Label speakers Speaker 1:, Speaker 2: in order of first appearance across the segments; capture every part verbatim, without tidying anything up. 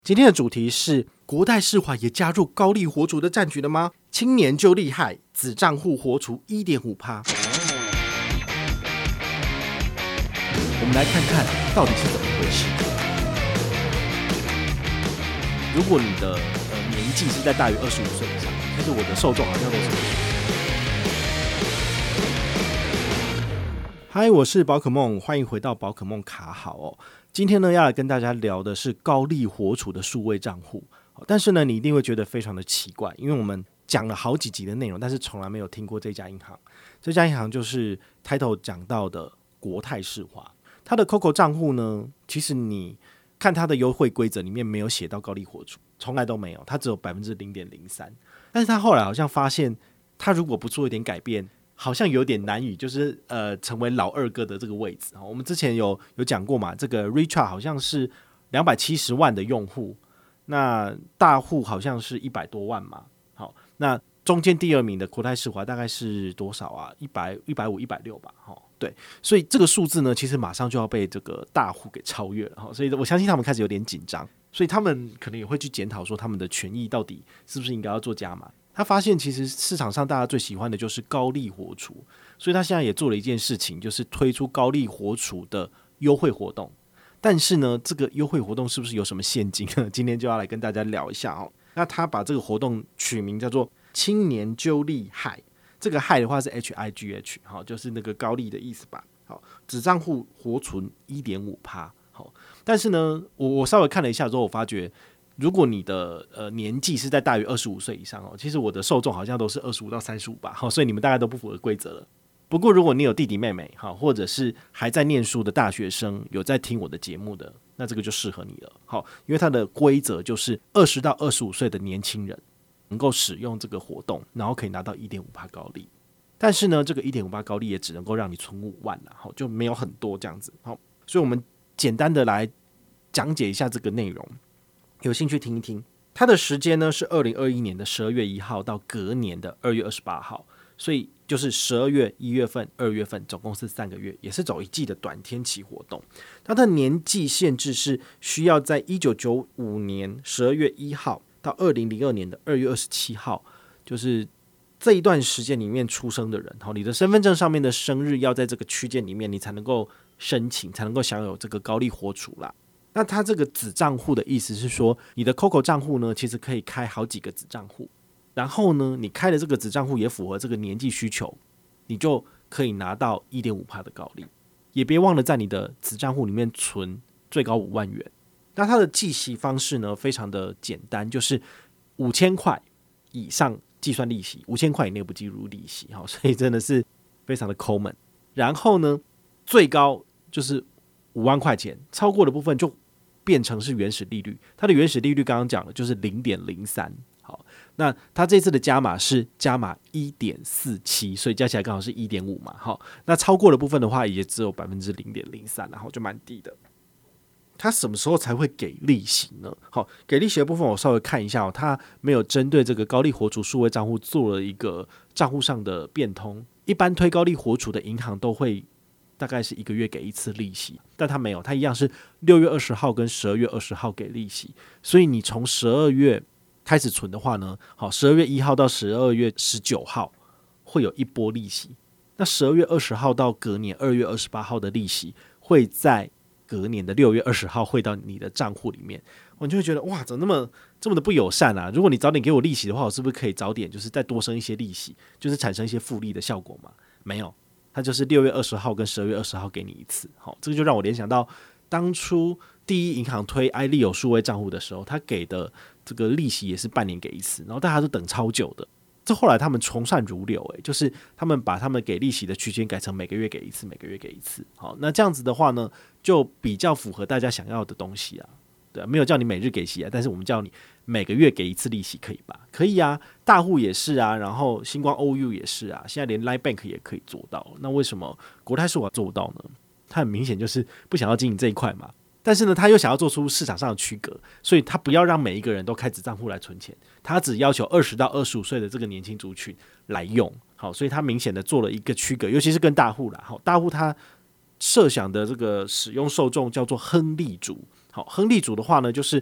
Speaker 1: 今天的主题是国泰世华也加入高利活储的战局了吗？青年就厉害，子账户活储 百分之一点五。 我们来看看到底是怎么回事。如果你的、呃、年纪是在大于二十五岁以上，但是我的受众好像都是二十五岁。嗨，我是宝可梦，欢迎回到宝可梦卡好哦。今天呢，要来跟大家聊的是高利活储的数位账户。但是呢，你一定会觉得非常的奇怪，因为我们讲了好几集的内容，但是从来没有听过这家银行。这家银行就是 title 讲到的国泰世华。它的 C O C O 账户呢，其实你看它的优惠规则里面没有写到高利活储，从来都没有，它只有 百分之零点零三。 但是他后来好像发现，他如果不做一点改变，好像有点难以就是呃成为老二哥的这个位置。我们之前有有讲过嘛，这个 Richard 好像是两百七十万的用户，那大户好像是一百多万嘛。好，那中间第二名的国泰世华大概是多少啊？一百、一百五、一百六吧。好，对，所以这个数字呢，其实马上就要被这个大户给超越了。好，所以我相信他们开始有点紧张，所以他们可能也会去检讨说他们的权益到底是不是应该要做加码。他发现其实市场上大家最喜欢的就是高利活储，所以他现在也做了一件事情，就是推出高利活储的优惠活动。但是呢，这个优惠活动是不是有什么陷阱呢？今天就要来跟大家聊一下哦。那他把这个活动取名叫做青年就厉害，这个害的话是 H I G H， 好，就是那个高利的意思吧。好，子账户活存 百分之一点五。 好，但是呢，我我稍微看了一下之后，我发觉如果你的呃年纪是在大于二十五岁以上哦，其实我的受众好像都是二十五到三十五吧，好，所以你们大概都不符合规则了。不过如果你有弟弟妹妹，好，或者是还在念书的大学生，有在听我的节目的，那这个就适合你了。好，因为它的规则就是二十到二十五岁的年轻人能够使用这个活动，然后可以拿到 百分之一点五 高利。但是呢，这个 百分之一点五 高利也只能够让你存五万啦，好，就没有很多这样子。好，所以我们简单的来讲解一下这个内容。有兴趣听一听，它的时间呢是二零二一年的十二月一号到隔年的二月二十八号，所以就是十二月、一月份、二月份，总共是三个月，也是走一季的短天期活动。它的年纪限制是需要在一九九五年十二月一号到二零零二年的二月二十七号，就是这一段时间里面出生的人，你的身份证上面的生日要在这个区间里面，你才能够申请，才能够享有这个高利活储啦。那它这个子账户的意思是说，你的 C O C O 账户呢，其实可以开好几个子账户，然后呢，你开的这个子账户也符合这个年纪需求，你就可以拿到 百分之一点五 的高利。也别忘了在你的子账户里面存最高五万元。那它的计息方式呢，非常的简单，就是五千块以上计算利息，五千块以内不计入利息，所以真的是非常的抠门。然后呢，最高就是五万块钱，超过的部分就变成是原始利率。它的原始利率刚刚讲了，就是 零点零三。好，那它这次的加码是加码 一点四七， 所以加起来刚好是 一点五 嘛。好，那超过的部分的话也只有 百分之零点零三， 然后就蛮低的。它什么时候才会给利息呢？好，给利息的部分我稍微看一下哦，它没有针对这个高利活储数位账户做了一个账户上的变通。一般推高利活储的银行都会大概是一个月给一次利息，但它没有，它一样是六月二十号跟十二月二十号给利息。所以你从十二月开始存的话呢，好，十二月一号到十二月十九号会有一波利息，那十二月二十号到隔年二月二十八号的利息会在隔年的六月二十号汇到你的账户里面。我就会觉得哇，怎么那么这么的不友善啊？如果你早点给我利息的话，我是不是可以早点就是再多生一些利息，就是产生一些复利的效果嘛？没有，它就是六月二十号跟十二月二十号给你一次。好，这个就让我联想到当初第一银行推 iLeo 数位账户的时候，他给的这个利息也是半年给一次，然后大家都等超久的。这后来他们从善如流、欸，就是他们把他们给利息的区间改成每个月给一次，每个月给一次。好，那这样子的话呢，就比较符合大家想要的东西啊。对啊，没有叫你每日给息啊，但是我们叫你每个月给一次利息，可以吧？可以啊，大户也是啊，然后星光 O U 也是啊，现在连 Line Bank 也可以做到。那为什么国泰世华做不到呢？他很明显就是不想要经营这一块嘛。但是呢，他又想要做出市场上的区隔，所以他不要让每一个人都开子账户来存钱，他只要求二十到二十五岁的这个年轻族群来用。好，所以他明显的做了一个区隔，尤其是跟大户啦。好，大户他设想的这个使用受众叫做亨利族。好，亨利族的话呢，就是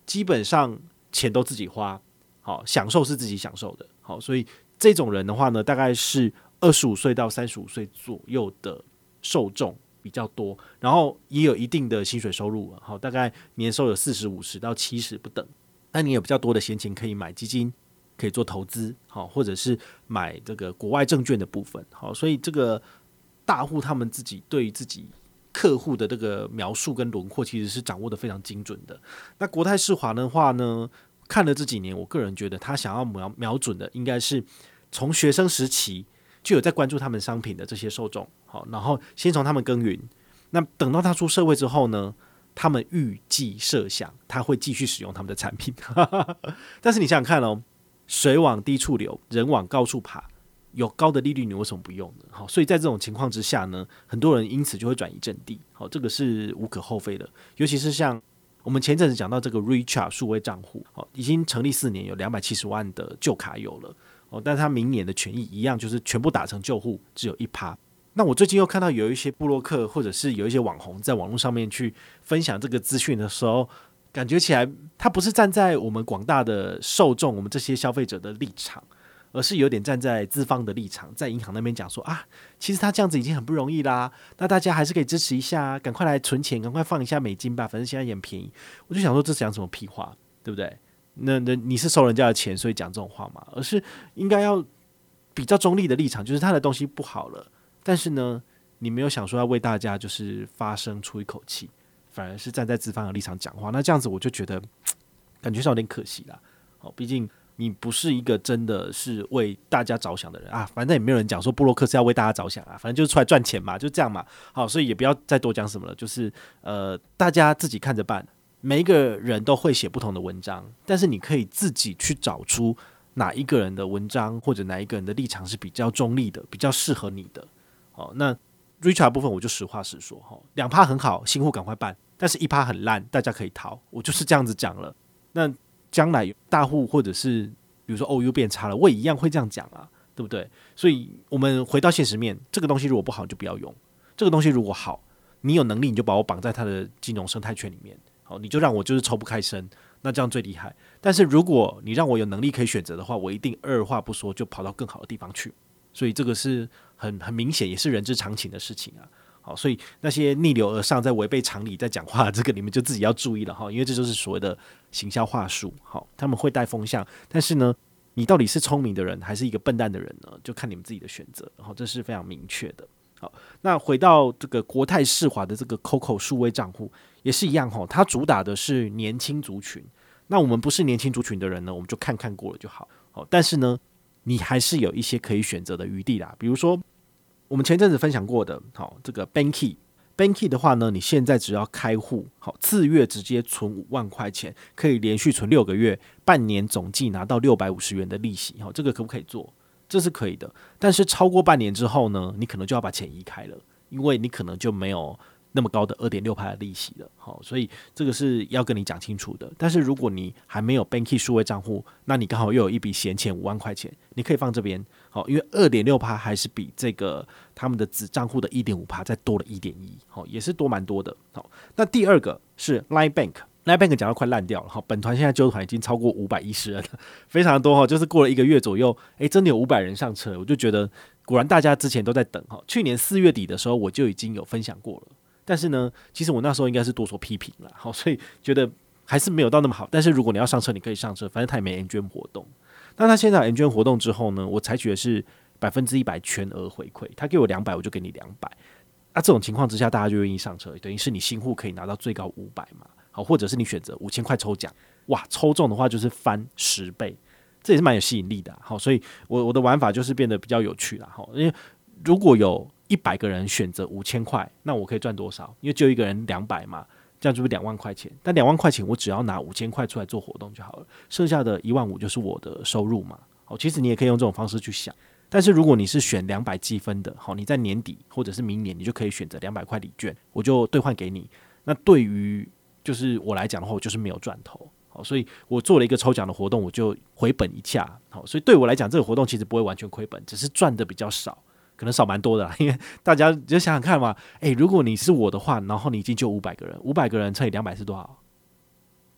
Speaker 1: 基本上钱都自己花，好，享受是自己享受的，好，所以这种人的话呢，大概是二十五岁到三十五岁左右的受众比较多，然后也有一定的薪水收入，好，大概年收有四十五十到七十不等，那你有比较多的闲钱可以买基金，可以做投资，好，或者是买这个国外证券的部分，好，所以这个大户他们自己对于自己客户的这个描述跟轮廓其实是掌握的非常精准的。那国泰世华的话呢，看了这几年，我个人觉得他想要瞄瞄准的应该是从学生时期就有在关注他们商品的这些受众，好，然后先从他们耕耘，那等到他出社会之后呢，他们预计设想他会继续使用他们的产品但是你想想看哦，水往低处流，人往高处爬，有高的利率你为什么不用呢？好，所以在这种情况之下呢，很多人因此就会转移阵地，好，这个是无可厚非的。尤其是像我们前阵子讲到这个 Richart 数位账户，好，已经成立四年，有两百七十万的旧卡有了，哦，但是他明年的权益一样，就是全部打成旧户，只有一趴。那我最近又看到有一些部落客或者是有一些网红在网络上面去分享这个资讯的时候，感觉起来他不是站在我们广大的受众，我们这些消费者的立场，而是有点站在资方的立场，在银行那边讲说啊，其实他这样子已经很不容易啦，那大家还是可以支持一下，赶快来存钱，赶快放一下美金吧，反正现在也很便宜。我就想说，这是讲什么屁话，对不对？那那你是收人家的钱，所以讲这种话吗？而是应该要比较中立的立场，就是他的东西不好了，但是呢，你没有想说要为大家就是发声出一口气，反而是站在资方的立场讲话，那这样子我就觉得感觉上有点可惜啦。好，毕竟你不是一个真的是为大家着想的人啊，反正也没有人讲说部落客是要为大家着想啊，反正就是出来赚钱嘛，就这样嘛。好，所以也不要再多讲什么了，就是呃，大家自己看着办。每一个人都会写不同的文章，但是你可以自己去找出哪一个人的文章或者哪一个人的立场是比较中立的，比较适合你的。好，那 Richart 部分我就实话实说，两趴很好，新户赶快办，但是一趴很烂，大家可以逃，我就是这样子讲了。那将来大户或者是比如说 O U 变差了，我也一样会这样讲啊，对不对？所以我们回到现实面，这个东西如果不好你就不要用，这个东西如果好，你有能力你就把我绑在它的金融生态圈里面，好，你就让我就是抽不开身，那这样最厉害。但是如果你让我有能力可以选择的话，我一定二话不说就跑到更好的地方去。所以这个是很很明显，也是人之常情的事情啊。好，所以那些逆流而上、在违背常理在讲话，这个你们就自己要注意了哈，因为这就是所谓的行销话术。好，他们会带风向，但是呢，你到底是聪明的人还是一个笨蛋的人呢？就看你们自己的选择。好，这是非常明确的。好，那回到这个国泰世华的这个 C O C O 数位账户也是一样哈，它主打的是年轻族群。那我们不是年轻族群的人呢，我们就看看过了就好。好，但是呢，你还是有一些可以选择的余地啦，比如说我们前阵子分享过的，好，这个 Banky。Banky 的话呢，你现在只要开户，好，次月直接存五万块钱，可以连续存六个月，半年总计拿到六百五十元的利息，好，这个可不可以做？这是可以的，但是超过半年之后呢，你可能就要把钱移开了，因为你可能就没有那么高的 二点六趴 的利息了，好，所以这个是要跟你讲清楚的。但是如果你还没有 Banky 数位账户，那你刚好又有一笔闲钱五万块钱，你可以放这边，好，因为 二点六趴 还是比这个他们的子账户的 一点五趴 再多了 一点一， 好，也是多蛮多的。好，那第二个是 Line Bank。Line Bank 讲到快烂掉了，本团现在揪团已经超过五百一十人了，非常多，就是过了一个月左右，欸，真的有五百人上车，我就觉得果然大家之前都在等。去年四月底的时候我就已经有分享过了，但是呢，其实我那时候应该是多所批评啦，好，所以觉得还是没有到那么好。但是如果你要上车，你可以上车，反正他也没 N 捐活动。那他现在有 N 捐活动之后呢，我采取的是百分之一百全额回馈，他给我两百，我就给你两百。那这种情况之下，大家就愿意上车，等于是你新户可以拿到最高五百嘛。好，或者是你选择五千块抽奖，哇，抽中的话就是翻十倍，这也是蛮有吸引力的。好，所以我我的玩法就是变得比较有趣啦。好，因为如果有一百个人选择五千块，那我可以赚多少？因为就一个人两百嘛，这样就是两万块钱。但两万块钱我只要拿五千块出来做活动就好了，剩下的一万五就是我的收入嘛。好，其实你也可以用这种方式去想。但是如果你是选两百积分的，好，你在年底或者是明年，你就可以选择两百块礼券，我就兑换给你。那对于就是我来讲的话，我就是没有赚头，好，所以我做了一个抽奖的活动，我就回本一下，好，所以对我来讲，这个活动其实不会完全亏本，只是赚的比较少，可能少蛮多的啦，因为大家就想想看嘛，欸，如果你是我的话，然后你已经就五百个人，五百个人乘以两百是多少？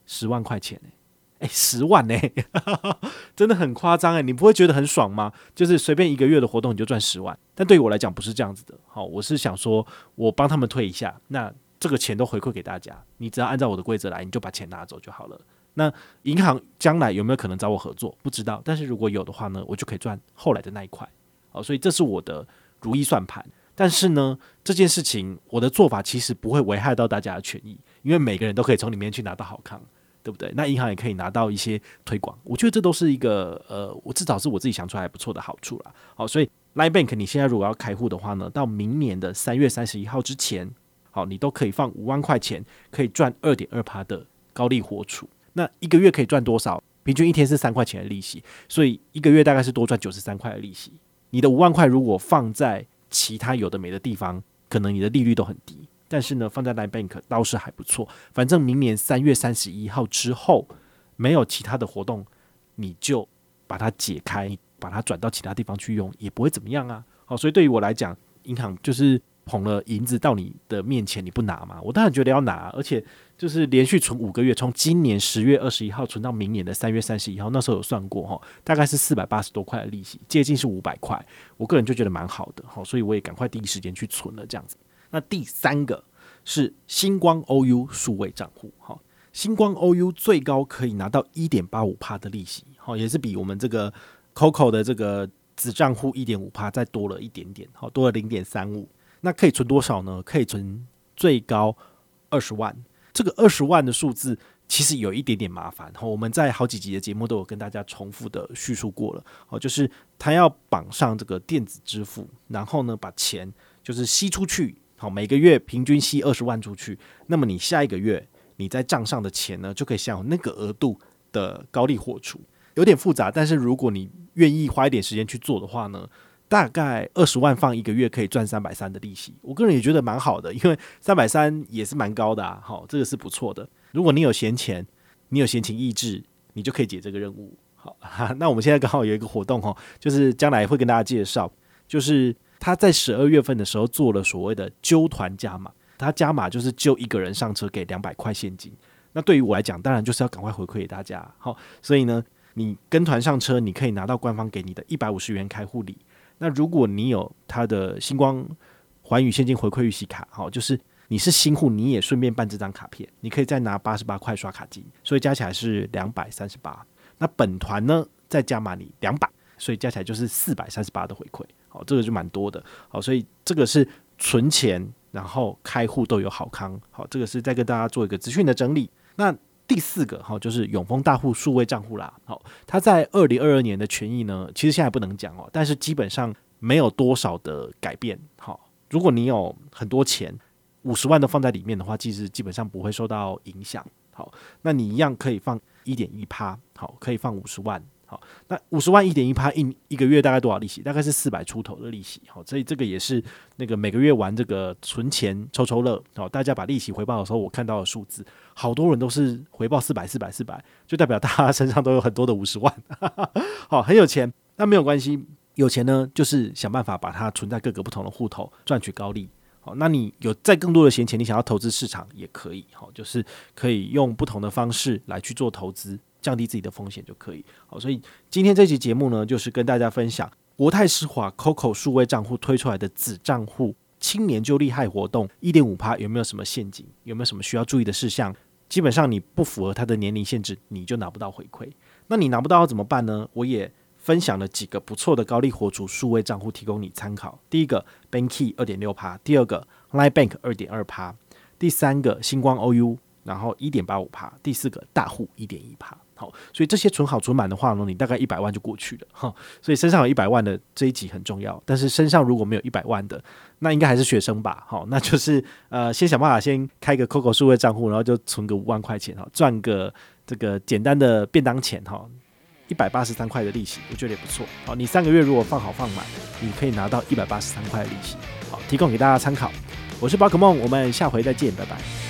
Speaker 1: 十万块钱哎、欸，哎、欸，十万哎、欸，真的很夸张哎，你不会觉得很爽吗？就是随便一个月的活动你就赚十万，但对于我来讲不是这样子的。好，我是想说我帮他们推一下，那这个钱都回馈给大家，你只要按照我的规则来，你就把钱拿走就好了。那银行将来有没有可能找我合作？不知道，但是如果有的话呢，我就可以赚后来的那一块。好，所以这是我的如意算盘。但是呢，这件事情我的做法其实不会危害到大家的权益，因为每个人都可以从里面去拿到好康，对不对？那银行也可以拿到一些推广，我觉得这都是一个呃，我至少是我自己想出来还不错的好处啦。好，所以 Line Bank 你现在如果要开户的话呢，到明年的三月三十一号之前，好，你都可以放五万块钱，可以赚 二点二趴 的高利活储。那一个月可以赚多少？平均一天是三块钱的利息，所以一个月大概是多赚九十三块的利息。你的五万块如果放在其他有的没的地方，可能你的利率都很低，但是呢，放在 Line Bank 倒是还不错。反正明年三月三十一号之后没有其他的活动，你就把它解开，把它转到其他地方去用，也不会怎么样啊。好，所以对于我来讲，银行就是捧了银子到你的面前，你不拿嘛？我当然觉得要拿，而且就是连续存五个月，从今年十月二十一号存到明年的三月三十一号，那时候有算过，大概是四百八十多块的利息，接近是五百块，我个人就觉得蛮好的，所以我也赶快第一时间去存了这样子。那第三个是星光 O U 数位账户，星光 O U 最高可以拿到 一点八五趴 的利息，也是比我们这个 Coco 的这个子账户 一点五趴 再多了一点点，多了 零点三五。那可以存多少呢？可以存最高二十万。这个二十万的数字其实有一点点麻烦，我们在好几集的节目都有跟大家重复的叙述过了，就是他要绑上这个电子支付，然后呢把钱就是吸出去，每个月平均吸二十万出去，那么你下一个月你在账上的钱呢就可以享有那个额度的高利活储。有点复杂，但是如果你愿意花一点时间去做的话呢，大概二十万放一个月可以赚三百三的利息，我个人也觉得蛮好的，因为三百三也是蛮高的啊，好，这个是不错的。如果你有闲钱，你有闲情逸致，你就可以解这个任务。好，那我们现在刚好有一个活动，就是将来会跟大家介绍，就是他在十二月份的时候做了所谓的揪团加码，他加码就是揪一个人上车给两百块现金。那对于我来讲，当然就是要赶快回馈给大家，好，所以呢，你跟团上车，你可以拿到官方给你的一百五十元开户礼。那如果你有他的星光环宇现金回馈预习卡，就是你是新户，你也顺便办这张卡片，你可以再拿八十八块刷卡金，所以加起来是两百三十八。那本团呢再加码你两百，所以加起来就是四百三十八的回馈，好，这个就蛮多的。好，所以这个是存钱然后开户都有好康。好，这个是再跟大家做一个资讯的整理。那第四个就是永丰大户数位账户啦。好，它在二零二二年的权益呢，其实现在不能讲哦，但是基本上没有多少的改变。好，如果你有很多钱，五十万都放在里面的话，其实基本上不会受到影响。好，那你一样可以放 一点一趴， 好，可以放五十万。好，那五十万 一点一趴 一, 一个月大概多少利息？大概是四百出头的利息。好，所以这个也是那个每个月玩这个存钱抽抽乐，好，大家把利息回报的时候，我看到的数字，好多人都是回报四百、四百、四百，就代表大家身上都有很多的五十万，好，很有钱。那没有关系，有钱呢，就是想办法把它存在各个不同的户头，赚取高利。好，那你有再更多的闲钱，你想要投资市场也可以，好，就是可以用不同的方式来去做投资，降低自己的风险就可以。好，所以今天这期节目呢，就是跟大家分享国泰世华 Coco 数位账户推出来的子账户青年就厉害活动 一点五趴 有没有什么陷阱，有没有什么需要注意的事项。基本上你不符合它的年龄限制，你就拿不到回馈。那你拿不到要怎么办呢？我也分享了几个不错的高利活储数位账户提供你参考。第一个 Banky 二点六趴， 第二个 Line Bank 二点二趴， 第三个星光 O U， 然后 一点八五趴， 第四个大户 一点一趴。好，所以这些存好存满的话呢，你大概一百万就过去了哈。所以身上有一百万的这一集很重要，但是身上如果没有一百万的，那应该还是学生吧。好，那就是呃，先想办法先开个 Coco 数位账户，然后就存个五万块钱哈，赚个这个简单的便当钱哈。一百八十三块的利息，我觉得也不错。好，你三个月如果放好放满，你可以拿到一百八十三块的利息。好，提供给大家参考。我是宝可梦，我们下回再见，拜拜。